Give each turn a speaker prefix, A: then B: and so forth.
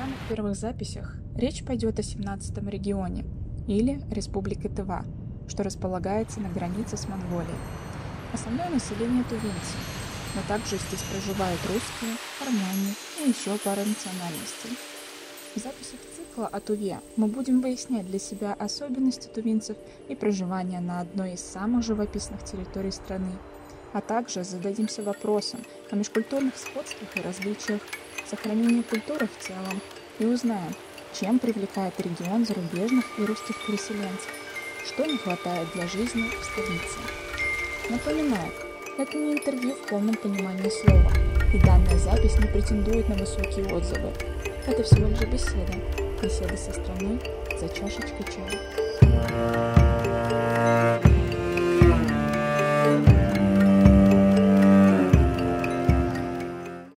A: самых первых записях речь пойдет о 17-м регионе, или Республике Тыва, что располагается на границе с Монголией. Основное население тувинцы, но также здесь проживают русские, армяне и еще пара национальностей. В записях цикла о Туве мы будем выяснять для себя особенности тувинцев и проживания на одной из самых живописных территорий страны, а также зададимся вопросом о межкультурных сходствах и различиях, сохранении культуры в целом и узнаем, чем привлекает регион зарубежных и русских переселенцев, что не хватает для жизни в столице. Напоминаю, это не интервью в полном понимании слова, и данная запись не претендует на высокие отзывы. Это всего лишь беседа со страной за чашечкой чая.